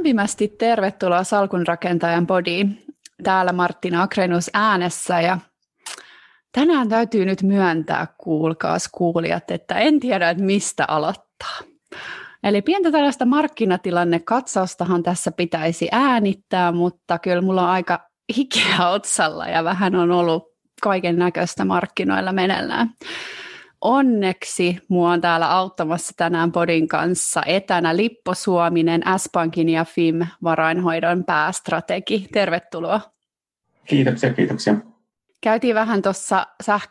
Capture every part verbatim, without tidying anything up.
Lämpimästi tervetuloa Salkunrakentajan podiin. Täällä Marttina Akrenus äänessä ja tänään täytyy nyt myöntää, kuulkaas kuulijat, että en tiedä, että mistä aloittaa. Eli pientä tällaista markkinatilannekatsaustahan tässä pitäisi äänittää, mutta kyllä mulla on aika hikeä otsalla ja vähän on ollut kaiken näköistä markkinoilla meneillään. Onneksi mua on täällä auttamassa tänään podin kanssa etänä Lippo Suominen, S-Pankin ja F I M-varainhoidon päästrategi. Tervetuloa. Kiitoksia, kiitoksia. Käytiin vähän tuossa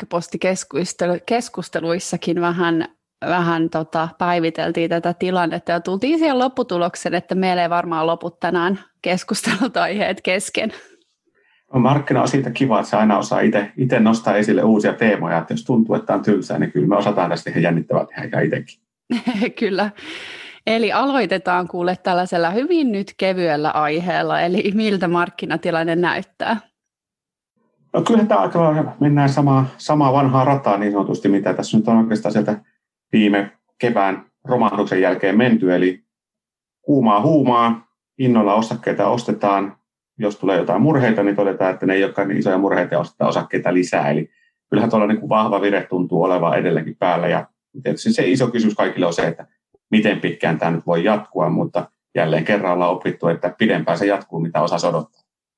sähköpostikeskusteluissakin vähän, vähän tota, päiviteltiin tätä tilannetta ja tultiin siihen lopputulokseen, että meillä ei varmaan lopu tänään keskustelut aiheet kesken. Markkina on siitä kiva, että se aina osaa itse nostaa esille uusia teemoja, että jos tuntuu, että on tylsää, niin kyllä me osataan tästä ihan jännittävää tehdä ihan itsekin. Kyllä. Eli aloitetaan kuule tällaisella hyvin nyt kevyellä aiheella, eli miltä markkinatilanne näyttää? No kyllä tämä aika lailla mennään samaa, samaa vanhaa rataa niin sanotusti, mitä tässä nyt on oikeastaan sieltä viime kevään romahduksen jälkeen menty, eli huumaa huumaa, innolla osakkeita ostetaan. Jos tulee jotain murheita, niin todetaan, että ne ei olekaan niin isoja murheita ja ostetaan osakkeita lisää. Eli kyllähän tuolla niin kuin vahva vire tuntuu olevan edelläkin päällä. Ja tietysti se iso kysymys kaikille on se, että miten pitkään tämä nyt voi jatkua, mutta jälleen kerran ollaan opittu, että pidempään se jatkuu, mitä osaa odottaa.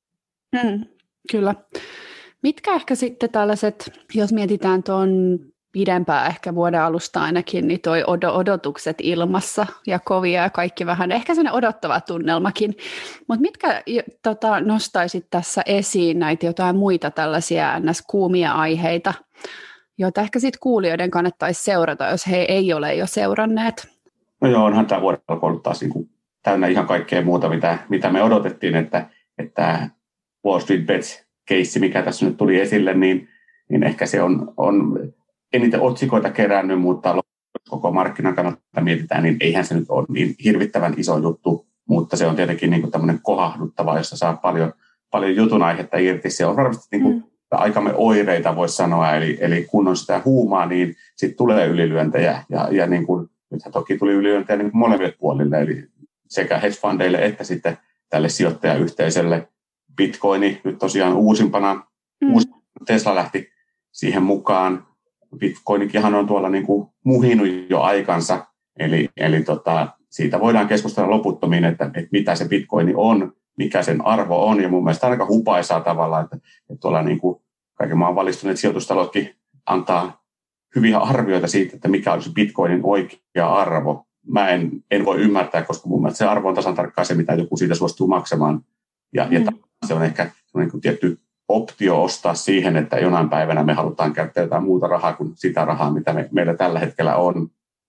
Hmm, kyllä. Mitkä ehkä sitten tällaiset, jos mietitään tuon pidempään ehkä vuoden alusta ainakin, niin toi odotukset ilmassa ja kovia ja kaikki vähän, ehkä sellainen odottava tunnelmakin. Mutta mitkä tota, nostaisit tässä esiin näitä jotain muita tällaisia ns-kuumia aiheita, joita ehkä sitten kuulijoiden kannattaisi seurata, jos he ei ole jo seuranneet? No joo, onhan tämä vuoden alku ollut taas niin kuin täynnä ihan kaikkea muuta, mitä, mitä me odotettiin, että, että Wall Street Bets-keissi, mikä tässä nyt tuli esille, niin, niin ehkä se on... on eniten otsikoita kerännyt, mutta koko markkinan kannalta mietitään, niin eihän se nyt ole niin hirvittävän iso juttu, mutta se on tietenkin niin kuin tämmöinen kohahduttava, jossa saa paljon, paljon jutun aihetta irti. Se on varmasti niin kuin mm. aikamme oireita, voisi sanoa, eli, eli kun on sitä huumaa, niin sitten tulee ylilyöntejä, ja, ja niin kuin, nythän toki tuli ylilyöntejä niin kuin molemmille puolille, eli sekä hedge fundeille että sitten tälle sijoittajayhteisölle. Bitcoini nyt tosiaan uusimpana, mm. uusimpana Tesla lähti siihen mukaan. Bitcoinikinhan on tuolla niin kuin muhinut jo aikansa, eli, eli tota, siitä voidaan keskustella loputtomiin, että, että mitä se Bitcoini on, mikä sen arvo on, ja mun mielestä aika hupaisaa tavalla, että, että tuolla niin kuin kaiken maan valistuneet sijoitustalotkin antaa hyviä arvioita siitä, että mikä on se Bitcoinin oikea arvo. Mä en, en voi ymmärtää, koska mun mielestä se arvo on tasan tarkkaan se, mitä joku siitä suostuu maksamaan, ja, mm. ja se on ehkä niin kuin tietty optio ostaa siihen, että jonain päivänä me halutaan käyttää jotain muuta rahaa kuin sitä rahaa, mitä me, meillä tällä hetkellä on.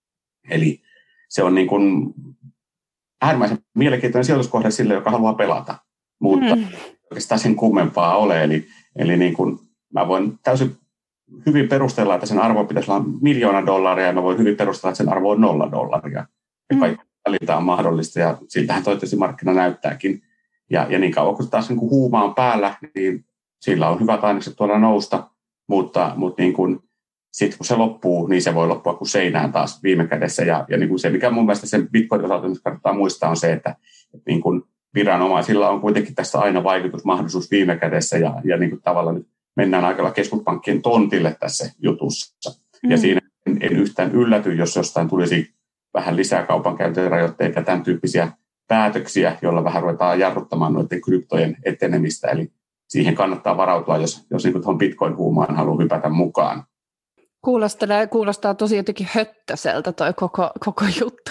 Eli se on niin kuin äärimmäisen mielenkiintoinen sijoituskohde sille, joka haluaa pelata, mutta mm. oikeastaan sen kummempaa ole. Eli, eli niin kuin mä voin täysin hyvin perustella, että sen arvo pitäisi olla miljoona dollaria, ja mä voin hyvin perustella, että sen arvo on nolla dollaria. Ja kaikki välillä on mahdollista, ja siltähän toivottavasti markkina näyttääkin. Ja, ja niin kauan kun taas niin kuin huuma on päällä, niin sillä on hyvät ainekset tuolla nousta, mutta, mutta niin kuin, sitten kun se loppuu, niin se voi loppua kuin seinään taas viime kädessä. Ja, ja niin kuin se, mikä mun mielestä sen Bitcoin-osalta kannattaa muistaa, on se, että, että niin kuin viranomaisilla on kuitenkin tässä aina vaikutusmahdollisuus viime kädessä, ja, ja niin kuin tavallaan nyt mennään aika keskuspankkien tontille tässä jutussa. Mm. Ja siinä en, en yhtään ylläty, jos jostain tulisi vähän lisää kaupankäyntirajoitteita ja tämän tyyppisiä päätöksiä, joilla vähän ruvetaan jarruttamaan noiden kryptojen etenemistä. Eli siihen kannattaa varautua, jos, jos niin tuohon Bitcoin-huumaan haluaa hypätä mukaan. Kuulostaa, kuulostaa tosi jotenkin höttöseltä toi koko, koko juttu.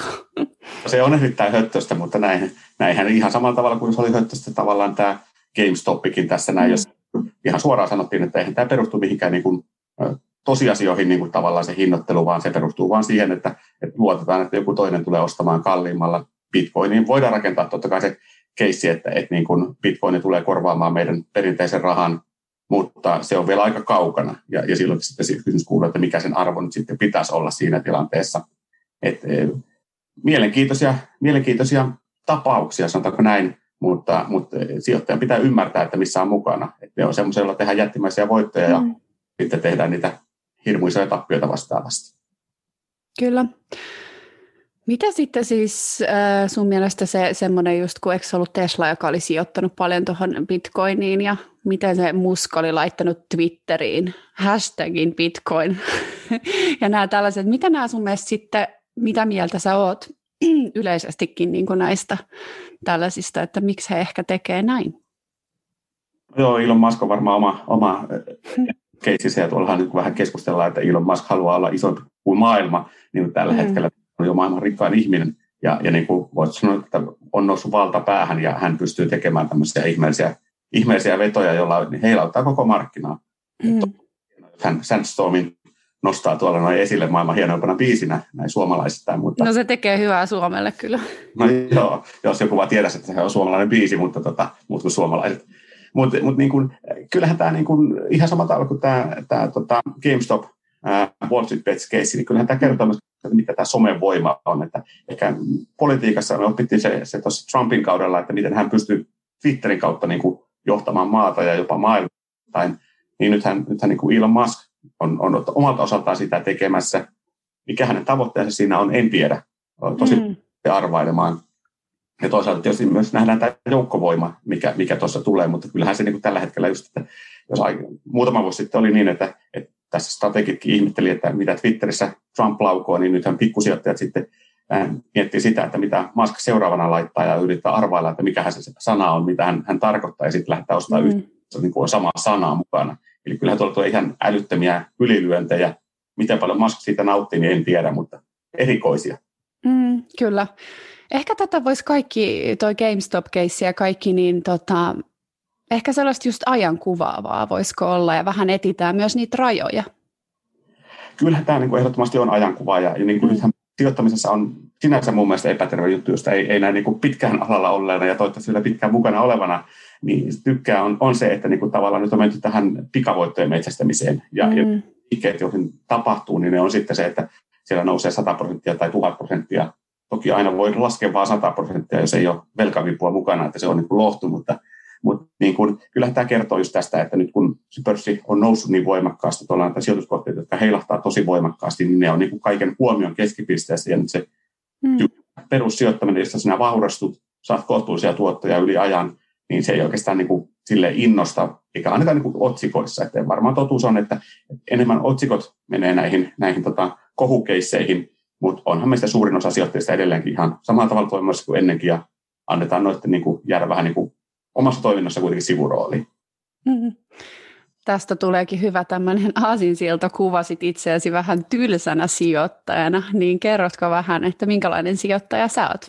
Se on erittäin höttöstä, mutta näin, näinhän ihan samalla tavalla kuin se oli höttöstä tavallaan tämä GameStopikin tässä näin, mm. jos ihan suoraan sanottiin, että eihän tämä perustu mihinkään niin kuin, tosiasioihin niin kuin tavallaan se hinnoittelu, vaan se perustuu vaan siihen, että, että luotetaan, että joku toinen tulee ostamaan kalliimmalla Bitcoiniin. Voidaan rakentaa totta kai se keissi, että, että niin kuin Bitcoin tulee korvaamaan meidän perinteisen rahan, mutta se on vielä aika kaukana. Ja, ja silloin sitten kysymys kuuluu, että mikä sen arvo nyt sitten pitäisi olla siinä tilanteessa. Et, e, mielenkiintoisia, mielenkiintoisia tapauksia, sanotaanko näin, mutta, mutta sijoittajan pitää ymmärtää, että missä on mukana. Et ne on semmoisia, joilla tehdään jättimäisiä voittoja ja mm. sitten tehdään niitä hirmuisia tappioita vastaavasti. Kyllä. Mitä sitten siis äh, sun mielestä se semmoinen just, kun eikö se ollut Tesla, joka oli sijoittanut paljon tuohon Bitcoiniin ja miten se Musk oli laittanut Twitteriin hashtagin Bitcoin ja nämä tällaiset, mitä nämä sun mielestä sitten, mitä mieltä sä oot yleisestikin niin kuin näistä tällaisista, että miksi he ehkä tekee näin? Joo, Elon Musk on varmaan oma, oma keisissä ja tuollahan nyt vähän keskustellaan, että Elon Musk haluaa olla isompi kuin maailma, niin tällä mm. hetkellä on jo maailman rikkain ihminen. Ja, ja niin kuin voit sanoa, että on noussut valta päähän ja hän pystyy tekemään tämmöisiä ihmeellisiä, ihmeellisiä vetoja, joilla heilauttaa koko markkinaa. Mm. Hän Sandstormin nostaa tuolla noin esille maailman hienoimpana biisinä näin suomalaisista. Mutta... No se tekee hyvää Suomelle kyllä. No joo, jos joku vaan tiedäisi, että se on suomalainen biisi, mutta tota, muut kuin suomalaiset. Mutta mut niin kun, kyllähän tämä niin kun, ihan samalla tavalla kuin tämä tota GameStop ää, Wall Street Bets-keissi, niin kyllähän tämä kertoo myös, että mitä tämä somen voima on. Että ehkä politiikassa me opittiin se, se tuossa Trumpin kaudella, että miten hän pystyy Twitterin kautta niin kun, johtamaan maata ja jopa maailmaa. Niin nythän, nythän niin kuin Elon Musk on, on omalta osaltaan sitä tekemässä. Mikä hänen tavoitteensa siinä on, en tiedä. Tosi mm. arvailemaan. Ja toisaalta tietysti myös nähdään tämä joukkovoima, mikä, mikä tuossa tulee, mutta kyllähän se niin kuin tällä hetkellä just, että jos muutama vuosi sitten oli niin, että, että tässä strategitkin ihmetteli, että mitä Twitterissä Trump laukoo, niin nythän pikkusijoittajat sitten miettii sitä, että mitä Musk seuraavana laittaa ja yrittää arvailla, että mikä se sana on, mitä hän, hän tarkoittaa, ja sitten lähtee ostamaan mm. yhtä niin kuin samaa sanaa mukana. Eli kyllähän tuolla tulee ihan älyttömiä ylilyöntejä. Miten paljon Musk siitä nauttii, niin en tiedä, mutta erikoisia. Mm, kyllä. Ehkä tätä voisi kaikki, toi GameStop-keissi ja kaikki, niin tota, ehkä sellaista just ajankuvaavaa voisiko olla, ja vähän etitään myös niitä rajoja. Kyllähän tämä niin kuin ehdottomasti on ajankuvaa, ja, ja niin kuin mm. nythän sijoittamisessa on sinänsä mun mielestä epäterve juttu, josta ei, ei näin niin kuin pitkään alalla olleena ja toivottavasti vielä pitkään mukana olevana, niin tykkää on, on se, että niin kuin tavallaan nyt on menty tähän pikavoittojen metsästämiseen, ja, mm. ja liikkeet, joihin tapahtuu, niin ne on sitten se, että siellä nousee sata prosenttia tai tuhat prosenttia. Toki aina voi laskea vain sata prosenttia, jos ei ole velkavipua mukana, että se on niin kuin lohtu, mutta, mutta niin kuin, kyllähän tämä kertoo just tästä, että nyt kun se pörssi on noussut niin voimakkaasti, tuolla näitä sijoituskohteita, jotka heilahtaa tosi voimakkaasti, niin ne on niin kuin kaiken huomion keskipisteessä, ja nyt se mm. perussijoittaminen, josta sinä vaurastut, saat kohtuullisia tuottoja yli ajan, niin se ei oikeastaan niin kuin sille innosta, eikä ainakaan niin kuin otsikoissa. Että varmaan totuus on, että enemmän otsikot menee näihin, näihin tota, kohukeisseihin, mutta onhan meistä suurin osa sijoittajista edelleenkin ihan samalla tavalla toimimassa kuin ennenkin, ja annetaan noiden niin kuin jäädä vähän niin kuin omassa toiminnassa kuitenkin sivurooliin. Mm-hmm. Tästä tuleekin hyvä tämmöinen aasinsilta, kuvasit itseäsi vähän tylsänä sijoittajana, niin kerrotko vähän, että minkälainen sijoittaja sä oot?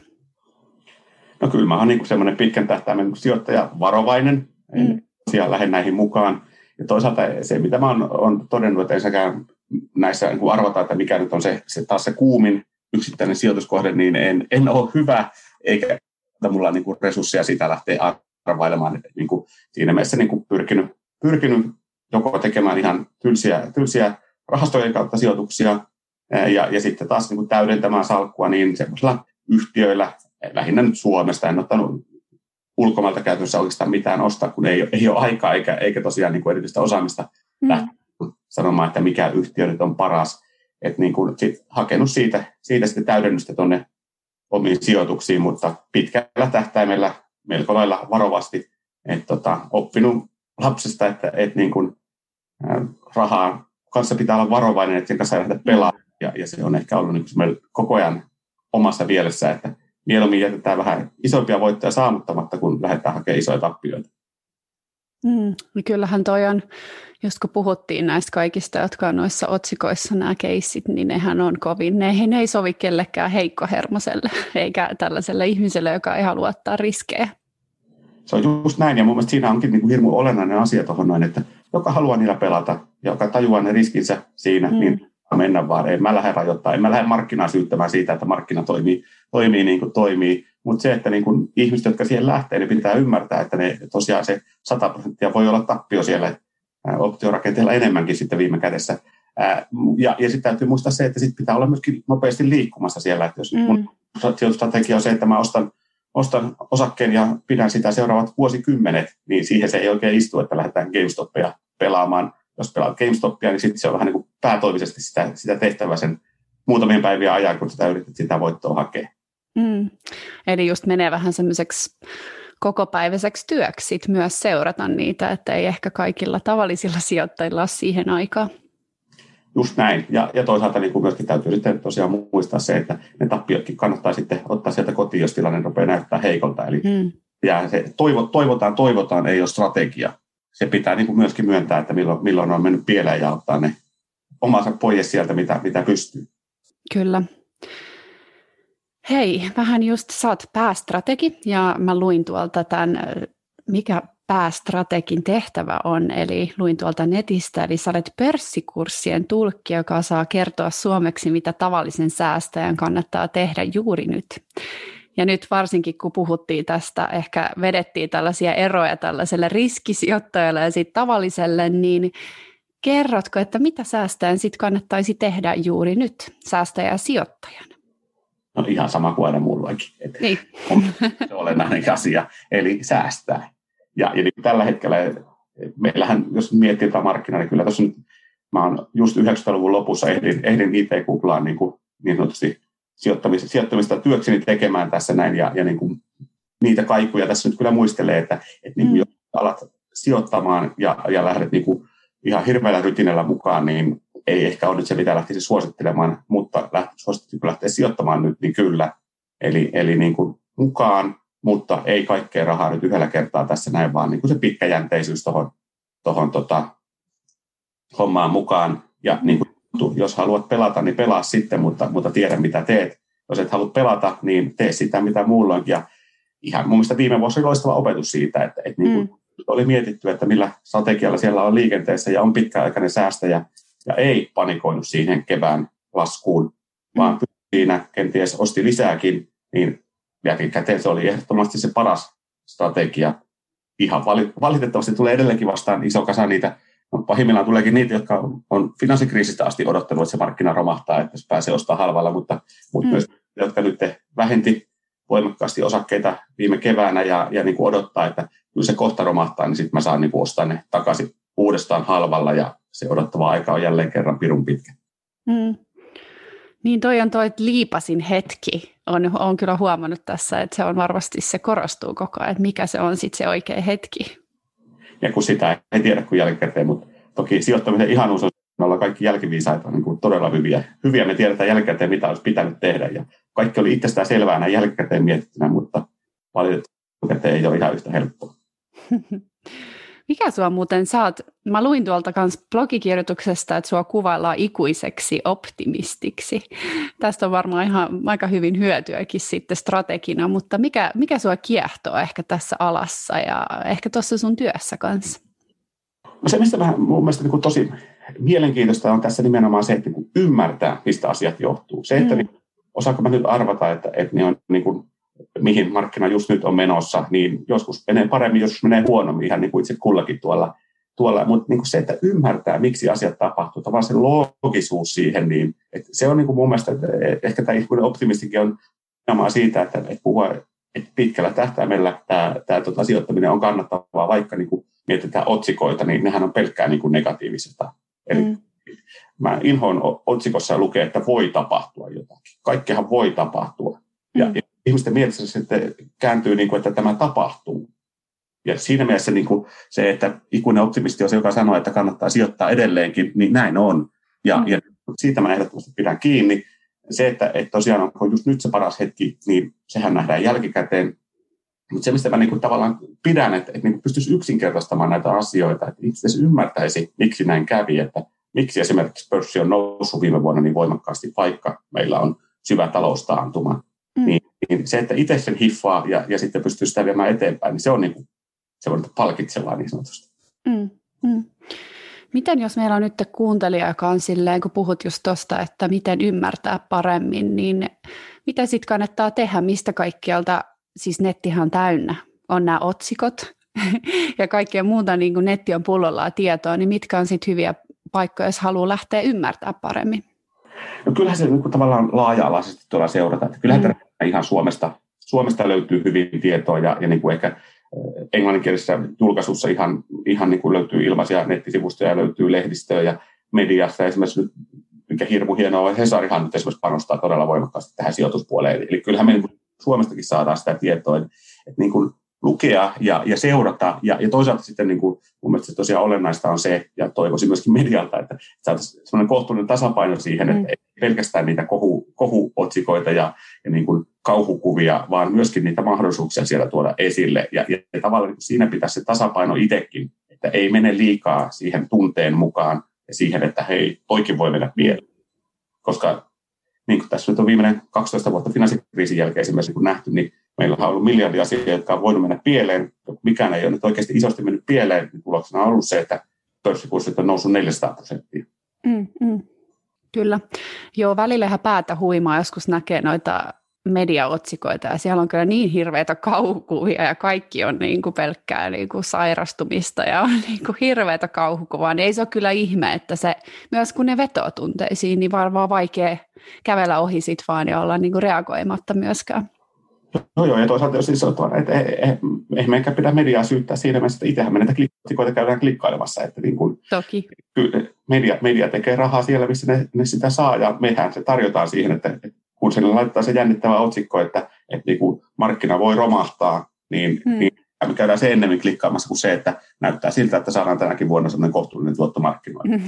No kyllä mä oon niin semmoinen pitkän tähtäimen sijoittaja, varovainen, en mm. tosiaan lähde näihin mukaan. Ja toisaalta se, mitä mä oon, oon todennut, että ensinnäkään näissä niin arvataan, että mikä nyt on se, se taas se kuumin yksittäinen sijoituskohde, niin en, en ole hyvä, eikä mulla niin kuin resursseja sitä lähteä arvailemaan. Niin kuin siinä mielessä niin kuin pyrkinyt, pyrkinyt joko tekemään ihan tylsiä, tylsiä rahastojen kautta sijoituksia, ja, ja sitten taas niin kuin täydentämään salkkua niin semmoisilla yhtiöillä, lähinnä nyt Suomesta, en ottanut ulkomailta käytössä oikeastaan mitään ostaa, kun ei, ei ole aikaa eikä, eikä tosiaan niin kuin erityistä osaamista mm. lähteä sanomaan, että mikä yhtiö nyt on paras. Että niin kuin sit hakenut siitä, siitä sitten täydennystä tuonne omiin sijoituksiin, mutta pitkällä tähtäimellä melko lailla varovasti. Että tota, oppinut lapsesta, että et niin kuin, ä, rahaa kanssa pitää olla varovainen, että sen kanssa ei lähdetä pelaamaan. Ja, ja se on ehkä ollut niin kuin koko ajan omassa mielessä, että mieluummin jätetään vähän isompia voittoja saavuttamatta, kun lähdetään hakemaan isoja tappioita. Mm, niin kyllähän toi on, just kun puhuttiin näistä kaikista, jotka on noissa otsikoissa nämä keissit, niin nehän on kovin, ne, ne ei sovi kellekään heikkohermoselle, eikä tällaiselle ihmiselle, joka ei halua ottaa riskejä. Se on just näin, ja mun mielestä siinä onkin niin kuin hirmu olennainen asia tuohon noin, että joka haluaa niillä pelata, joka tajuaa ne riskinsä siinä, mm. niin mennä vaan. En mä lähde rajoittaa, en mä lähde markkinaa syyttämään siitä, että markkina toimii, toimii niin kuin toimii. Mutta se, että niin kuin ihmiset, jotka siihen lähtee, niin pitää ymmärtää, että ne tosiaan se sata prosenttia voi olla tappio siellä optiorakenteella enemmänkin sitten viime kädessä. Ja, ja sitten täytyy muistaa se, että sit pitää olla myöskin nopeasti liikkumassa siellä. Että jos mm. mun sijoitustrategia on se, että mä ostan, ostan osakkeen ja pidän sitä seuraavat vuosikymmenet, niin siihen se ei oikein istu, että lähdetään GameStopia pelaamaan. Jos pelaat GameStopia, niin sitten se on vähän niin kuin päätoimisesti sitä, sitä tehtävää sen muutamien päivien ajan, kun sitä yritet sitä voittoa hakea. Mm. Eli just menee vähän semmoiseksi kokopäiväiseksi työksi sit myös seurata niitä, että ei ehkä kaikilla tavallisilla sijoittajilla ole siihen aikaa. Just näin. Ja, ja toisaalta niin kuin myöskin täytyy sitten tosiaan muistaa se, että ne tappiotkin kannattaa sitten ottaa sieltä kotiin, jos tilanne rupeaa näyttää heikolta. Eli mm. ja se toivo, toivotaan, toivotaan, ei ole strategia. Se pitää niin kuin myöskin myöntää, että milloin, milloin on mennyt pieleen ja ottaa ne omansa pois sieltä, mitä, mitä pystyy. Kyllä. Hei, vähän just sä oot päästrategi ja mä luin tuolta tämän, mikä päästrategin tehtävä on, eli luin tuolta netistä, eli sä olet pörssikurssien tulkki, joka saa kertoa suomeksi, mitä tavallisen säästäjän kannattaa tehdä juuri nyt. Ja nyt varsinkin, kun puhuttiin tästä, ehkä vedettiin tällaisia eroja tällaiselle riskisijoittajalle ja sitten tavalliselle, niin kerrotko, että mitä säästäjän sitten kannattaisi tehdä juuri nyt säästäjä ja sijoittajan? No ihan sama kuin aina mullakin. Niin. On se olennainen asia, eli säästää. Ja, ja niin tällä hetkellä, meillähän, jos miettii tätä markkinaa, niin kyllä tuossa nyt, mä oon just yhdeksänkymmentäluvun lopussa ehdin, ehdin I T-kuplaan niin, kuin, niin sanotusti sijoittamista, sijoittamista työkseni tekemään tässä näin, ja, ja niin kuin, niitä kaikuja tässä nyt kyllä muistelee, että, että niin kuin, mm. jos alat sijoittamaan ja, ja lähdet niin kuin, ihan hirveällä rytinällä mukaan, niin ei ehkä ole nyt se, mitä lähtisi suosittelemaan, mutta suosittelisin, kun lähtee sijoittamaan nyt, niin kyllä. Eli, eli niin kuin mukaan, mutta ei kaikkea rahaa nyt yhdellä kertaa tässä näin, vaan niin kuin se pitkäjänteisyys tuohon tohon, tota, hommaan mukaan. Ja niin kuin, jos haluat pelata, niin pelaa sitten, mutta, mutta tiedä mitä teet. Jos et halua pelata, niin tee sitä mitä muulloinkin. Ja ihan mun mielestä viime vuosi oli loistava opetus siitä, että, että niin kuin mm. oli mietitty, että millä strategialla siellä on liikenteessä ja on pitkäaikainen säästäjä. Ja ei panikoinut siihen kevään laskuun, vaan mm. siinä kenties osti lisääkin, niin jälkikäteen se oli ehdottomasti se paras strategia. Ihan valitettavasti tulee edelleenkin vastaan iso kasa niitä, no pahimmillaan tuleekin niitä, jotka on finanssikriisistä asti odottanut, että se markkina romahtaa, että se pääsee ostamaan halvalla, mutta, mutta mm. myös jotka nyt vähenti voimakkaasti osakkeita viime keväänä ja, ja niin kuin odottaa, että kyllä se kohta romahtaa, niin sitten mä saan niin kuin ostaa ne takaisin uudestaan halvalla ja se odottava aika on jälleen kerran pirun pitkä. Mm. Niin toi on toi liipasin hetki. On, on kyllä huomannut tässä, että se on varmasti, se korostuu koko ajan, että mikä se on sitten se oikea hetki. Ja kun sitä ei tiedä kuin jälkikäteen, mutta toki sijoittamisen ihanuus on, me ollaan kaikki jälkiviisaita niin kuin todella hyviä. Hyviä me tiedetään jälkikäteen, mitä olisi pitänyt tehdä. Ja kaikki oli itsestään selvää näin jälkikäteen mietittynä, mutta valitettavasti ei ole ihan yhtä helppoa. Mikä sua muuten saat, mä luin tuolta kans blogikirjoituksesta, että sua kuvaillaan ikuiseksi optimistiksi. Tästä on varmaan ihan aika hyvin hyötyäkin sitten strategina, mutta mikä, mikä sua kiehtoo ehkä tässä alassa ja ehkä tuossa sun työssä kanssa? No se, mistä mä, mun mielestä niin kuin tosi mielenkiintoista on tässä nimenomaan se, että niin ymmärtää, mistä asiat johtuu. Se, että mm. niin, osaanko mä nyt arvata, että, että ne on niin kuin, mihin markkina just nyt on menossa, niin joskus menee paremmin, joskus menee huonommin, ihan niin kuin itse kullakin tuolla. tuolla. Mutta niin kuin se, että ymmärtää, miksi asiat tapahtuu, tavallaan se loogisuus siihen, niin että se on niin kuin mun mielestä, että ehkä tämä optimistikin on nimenomaan siitä, että, että puhua, että pitkällä tähtäimellä tämä, tämä tota, sijoittaminen on kannattavaa, vaikka niin kuin mietitään otsikoita, niin nehän on pelkkää niin kuin negatiivisesta. Eli mm. mä inhoon otsikossa lukee, että voi tapahtua jotakin. Kaikkehan voi tapahtua. Mm. Ja ihmisten mielessä se sitten kääntyy, niin kuin, että tämä tapahtuu. Ja siinä mielessä niin kuin se, että ikuinen optimisti on se, joka sanoo, että kannattaa sijoittaa edelleenkin, niin näin on. Ja, mm. ja siitä mä ehdottomasti pidän kiinni. Se, että, että tosiaan onko just nyt se paras hetki, niin sehän nähdään jälkikäteen. Mutta se, mistä mä niin kuin tavallaan pidän, että, että niin kuin pystyisi yksinkertaistamaan näitä asioita, että itse asiassa ymmärtäisi, miksi näin kävi, että miksi esimerkiksi pörssi on noussut viime vuonna niin voimakkaasti, vaikka meillä on syvä taloustaantuma. Mm. Niin, niin se, että itse sen hiffaa ja, ja sitten pystyy sitä viemään eteenpäin, niin se on, niin kuin, se on palkitsevaa niin sanotusti. Mm. Mm. Miten jos meillä on nyt kuuntelija, joka on silleen, kun puhut just tuosta, että miten ymmärtää paremmin, niin mitä sitten kannattaa tehdä, mistä kaikkialta, siis nettihan täynnä, on nämä otsikot ja kaikkea muuta, niin kuin netti on pullollaan tietoa, niin mitkä on sitten hyviä paikkoja, jos haluaa lähteä ymmärtää paremmin? No kyllähän se niin kuin tavallaan laaja-alaisesti tuolla seurata, että kyllähän mm. ihan Suomesta, Suomesta löytyy hyvin tietoa ja, ja niin kuin ehkä englanninkielisessä julkaisussa ihan, ihan niin kuin löytyy ilmaisia nettisivustoja, löytyy lehdistöä ja mediassa. Esimerkiksi nyt mikä hirmu hienoa, Hesarihan nyt esimerkiksi panostaa todella voimakkaasti tähän sijoituspuoleen. Eli kyllähän me niin kuin Suomestakin saadaan sitä tietoa, että, että niin kuin lukea ja, ja seurata, ja, ja toisaalta sitten niin kuin, mun mielestä se tosiaan olennaista on se, ja toivoisin myöskin medialta, että saataisiin sellainen kohtuullinen tasapaino siihen, mm. että ei pelkästään niitä kohu, kohuotsikoita ja, ja niin kuin kauhukuvia, vaan myöskin niitä mahdollisuuksia siellä tuoda esille, ja, ja, ja tavallaan niin siinä pitäisi se tasapaino itsekin, että ei mene liikaa siihen tunteen mukaan, ja siihen, että hei, toikin voi mennä pieleen. Koska niin kuin tässä nyt on viimeinen kaksitoista vuotta finanssikriisin jälkeen esimerkiksi kun nähty, niin meillä on ollut miljardia asioita, jotka on voinut mennä pieleen. Mikään ei ole nyt oikeasti isosti mennyt pieleen. Tuloksena on ollut se, että pörssikurssit on noussut neljäsataa prosenttia. Mm, mm. Kyllä. Joo, välillähän päätä huimaa, joskus näkee noita mediaotsikoita, ja siellä on kyllä niin hirveitä kauhukuvia, ja kaikki on niin kuin pelkkää niin kuin sairastumista, ja on niin kuin hirveitä kauhukuvaa, niin ei se ole kyllä ihme, että se, myös kun ne vetoo tunteisiin, niin varmaan vaikea kävellä ohi sit vaan ja olla niin kuin reagoimatta myöskään. No joo, ja toisaalta jos siis sanotaan, että ei, ei, ei meikään pidä mediaa syyttää siinä mielessä, että itsehän me näitä otsikoita käydään klikkailemassa, että niin kuin, Toki. Media, media tekee rahaa siellä, missä ne, ne sitä saa, ja mehän se tarjotaan siihen, että kun sille laittaa se jännittävä otsikko, että, että niin kuin markkina voi romahtaa, niin, hmm. niin me käydään se ennemmin klikkaamassa kuin se, että näyttää siltä, että saadaan tänäkin vuonna sellainen kohtuullinen tuotto markkinoille.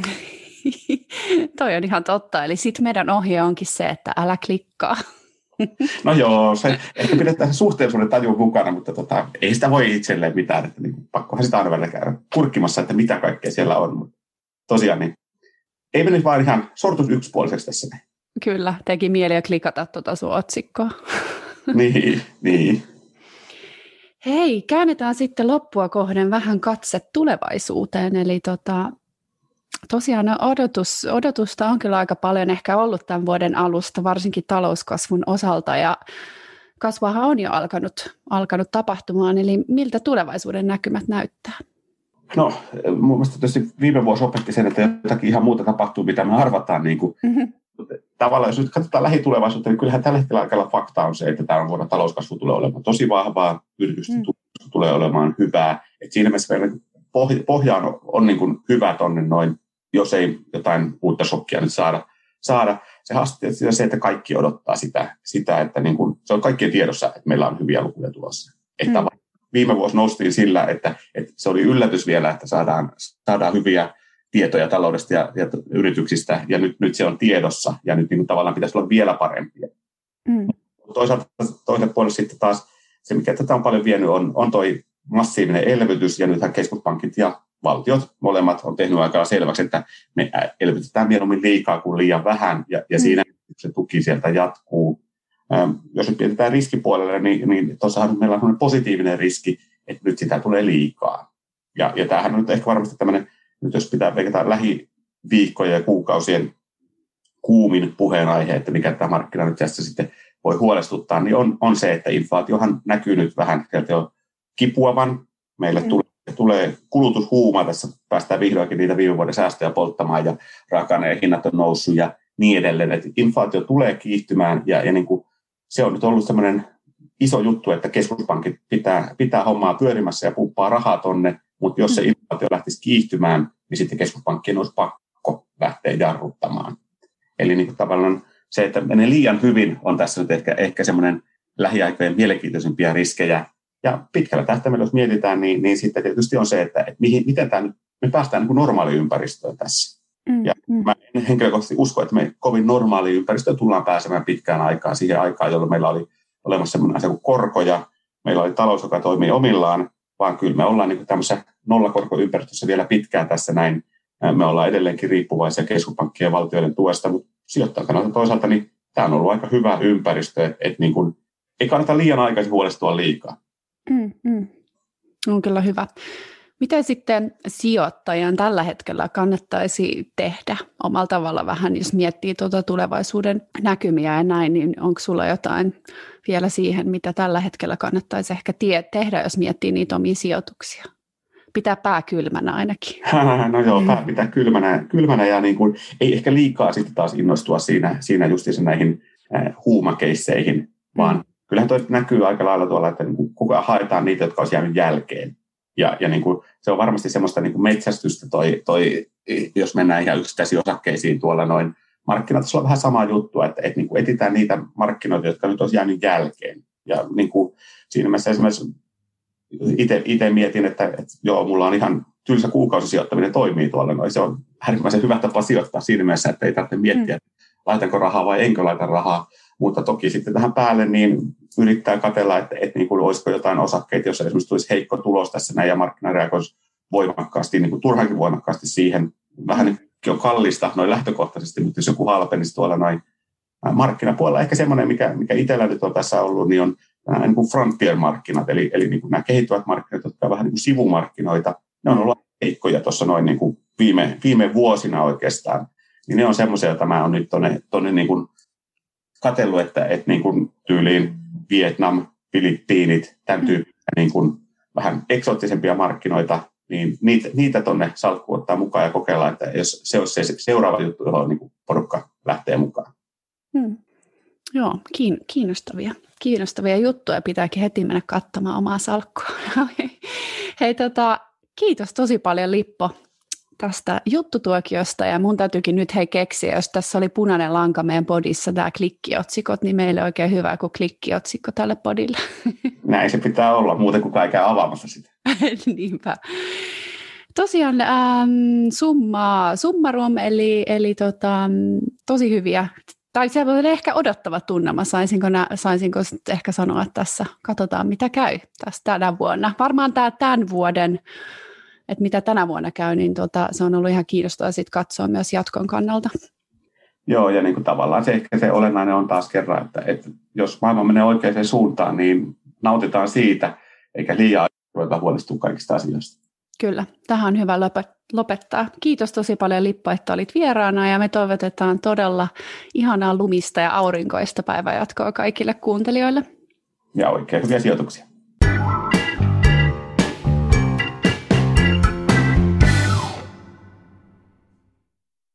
Toi on ihan totta. Eli sitten meidän ohje onkin se, että älä klikkaa. No joo, se, ehkä pidetään se suhteellisuuden taju mukana, mutta tota, ei sitä voi itselleen mitään. Että niin, pakkohan sitä aina välillä käydä kurkkimassa, että mitä kaikkea siellä on. Mutta tosiaan, niin ei mennyt vaan ihan sortus yksipuoliseksi tässä. Kyllä, teki mieli jo klikata tuota sun otsikkoa. Niin, niin. Hei, käännetään sitten loppua kohden vähän katse tulevaisuuteen. Eli tota, tosiaan odotus, odotusta on kyllä aika paljon ehkä ollut tämän vuoden alusta, varsinkin talouskasvun osalta. Ja kasvahan on jo alkanut, alkanut tapahtumaan, eli miltä tulevaisuuden näkymät näyttää? No, mun mielestä tietysti viime vuosi opetti sen, että jotakin ihan muuta tapahtuu, mitä me arvataan. Niin kuin, mm-hmm. Tavallaan, jos nyt katsotaan lähitulevaisuutta, niin kyllähän tällä hetkellä aika fakta on se, että tämän vuonna talouskasvu tulee olemaan tosi vahvaa, yritysten mm. tulee olemaan hyvää. Et siinä mielessä pohja, pohja on, on niin kuin hyvä tonne noin, jos ei jotain uutta shokkia nyt saada. saada. Se haaste on se, että kaikki odottaa sitä, sitä että niin kuin, se on kaikkien tiedossa, että meillä on hyviä lukuja tulossa. Että mm. viime vuosi noustiin sillä, että, että se oli yllätys vielä, että saadaan, saadaan hyviä tietoja taloudesta ja, ja yrityksistä, ja nyt, nyt se on tiedossa, ja nyt niin kuin tavallaan pitäisi olla vielä parempia. Mm. Toisaalta toisaalta puolella sitten taas se, mikä tätä on paljon vienyt, on, on toi massiivinen elvytys, ja nythän keskuspankit ja valtiot molemmat on tehnyt aikaa selväksi, että me elvytetään mieluummin liikaa kuin liian vähän, ja, ja mm. siinä se tuki sieltä jatkuu. Ähm, jos nyt mietitään riskipuolelle, niin, niin tuossahan meillä on positiivinen riski, että nyt sitä tulee liikaa. Ja, ja tämähän on nyt ehkä varmasti tämmöinen, nyt jos pitää veikata lähiviikkojen ja kuukausien kuumin puheenaihe, että mikä tämä markkina nyt tässä sitten voi huolestuttaa, niin on, on se, että inflaatiohan näkyy nyt vähän sieltä jo kipuavan. Meille mm. tulee, tulee kulutushuuma, tässä päästään vihdoinkin niitä viime vuoden säästöjä polttamaan ja raaka-aineen hinnat on noussut ja niin edelleen. Että inflaatio tulee kiihtymään ja, ja niin kuin se on nyt ollut semmoinen iso juttu, että keskuspankit pitää, pitää hommaa pyörimässä ja pumppaa rahaa tonne, mutta jos se inflaatio lähtisi kiihtymään, niin sitten keskuspankkien olisi pakko lähteä jarruttamaan. Eli niin kuin tavallaan se, että menee liian hyvin, on tässä nyt ehkä, ehkä semmoinen lähiaikojen mielenkiintoisimpia riskejä. Ja pitkällä tähtäimellä, jos mietitään, niin, niin sitten tietysti on se, että, että mihin, miten tämä nyt, me päästään niin kuin normaaliin ympäristöön tässä. Mm, ja mm. mä en henkilökohtaisesti usko, että me kovin normaaliin ympäristöön tullaan pääsemään pitkään aikaan siihen aikaan, jolloin meillä oli olemassa semmoinen asia kuin korkoja, meillä oli talous, joka toimii omillaan, vaan kyllä me ollaan niin kuin tämmöisessä nollakorkoympäristössä vielä pitkään tässä näin. Me ollaan edelleenkin riippuvaisia keskuspankkien ja valtioiden tuesta, mutta sijoittajan kannalta toisaalta niin tämä on ollut aika hyvä ympäristö, että, että niin kuin, ei kannata liian aikaisin huolestua liikaa. Mm, mm. On kyllä hyvä. Mitä sitten sijoittajan tällä hetkellä kannattaisi tehdä omalla tavalla vähän, jos miettii tuota tulevaisuuden näkymiä ja näin, niin onko sulla jotain vielä siihen, mitä tällä hetkellä kannattaisi ehkä tie- tehdä, jos miettii niitä omia sijoituksia? Pitää pää kylmänä ainakin. No joo, pää pitää kylmänä, kylmänä ja niin kuin, ei ehkä liikaa sitten taas innostua siinä, siinä justiinsa näihin äh, huumakeisseihin, vaan mm. kyllähän toi näkyy aika lailla tuolla, että niin kuin koko ajan haetaan niitä, jotka olisi jäänyt jälkeen. Ja, ja niin kuin, se on varmasti semmoista niin kuin metsästystä, toi, toi, jos mennään ihan yksittäisiin osakkeisiin tuolla noin markkinatasolla vähän samaa juttua, että, että niin kuin etsitään niitä markkinoita, jotka nyt olisi jäänyt jälkeen. Ja niin kuin siinä mielessä esimerkiksi itse mietin, että, että joo, mulla on ihan tylsä kuukausisijoittaminen toimii tuolla. No, se on äärimmäisen hyvä tapa sijoittaa siinä mielessä, että ei tarvitse miettiä, mm. laitanko rahaa vai enkö laita rahaa. Mutta toki sitten tähän päälle niin yrittää katsella, että, että niin kuin olisiko jotain osakkeita, jos esimerkiksi tulisi heikko tulos tässä näin ja markkina reagoisi voimakkaasti, niin kuin turhankin voimakkaasti siihen. Vähän nyt on kallista noin lähtökohtaisesti, mutta jos joku halpenisi tuolla noin markkinapuolella, ehkä semmoinen, mikä, mikä itsellä nyt on tässä ollut, niin on niin kuin frontier-markkinat, eli, eli niin kuin nämä kehittyvät markkinat, jotka ovat vähän niin kuin sivumarkkinoita. Ne on ollut heikkoja tuossa noin niin kuin viime, viime vuosina oikeastaan. Niin ne on semmoisia, joita mä oon nyt tuonne, tuonne niin kuin katsellut, että, että niin kuin tyyliin Vietnam, Filippiinit, tämän tyyppisiä niin kuin vähän eksoottisempia markkinoita, niin niitä, niitä tuonne salkkuun ottaa mukaan ja kokeilla, että jos se olisi se seuraava juttu, johon niin kuin porukka lähtee mukaan. Hmm. Joo, kiinnostavia, kiinnostavia juttuja. Pitääkin heti mennä katsomaan omaa salkkua. Hei, tota, kiitos tosi paljon, Lippo, tästä juttutuokiosta. Ja mun täytyykin nyt hei keksiä, jos tässä oli punainen lanka meidän podissa, tämä klikkiotsikot, niin meille oikein hyvä kuin klikkiotsikko tälle podille. Näin se pitää olla, muuten kukaan käy avaamassa sitä. Niinpä. Tosiaan ähm, summa, summarum, eli, eli tota, tosi hyviä. Tai se oli ehkä odottava tunnelma, saisinko, nä, saisinko ehkä sanoa tässä, katsotaan mitä käy tässä tänä vuonna. Varmaan tämä tämän vuoden, että mitä tänä vuonna käy, niin tota, se on ollut ihan kiinnostavaa sit katsoa myös jatkon kannalta. Joo, ja niin kuin tavallaan se ehkä se olennainen on taas kerran, että, että jos maailma menee oikeaan suuntaan, niin nautitaan siitä, eikä liian ruveta huolestua kaikista asioista. Kyllä, tähän on hyvä lopettaa. Kiitos tosi paljon, Lippo, että olit vieraana, ja me toivotetaan todella ihanaa lumista ja aurinkoista päivänjatkoa kaikille kuuntelijoille. Ja oikein hyviä sijoituksia.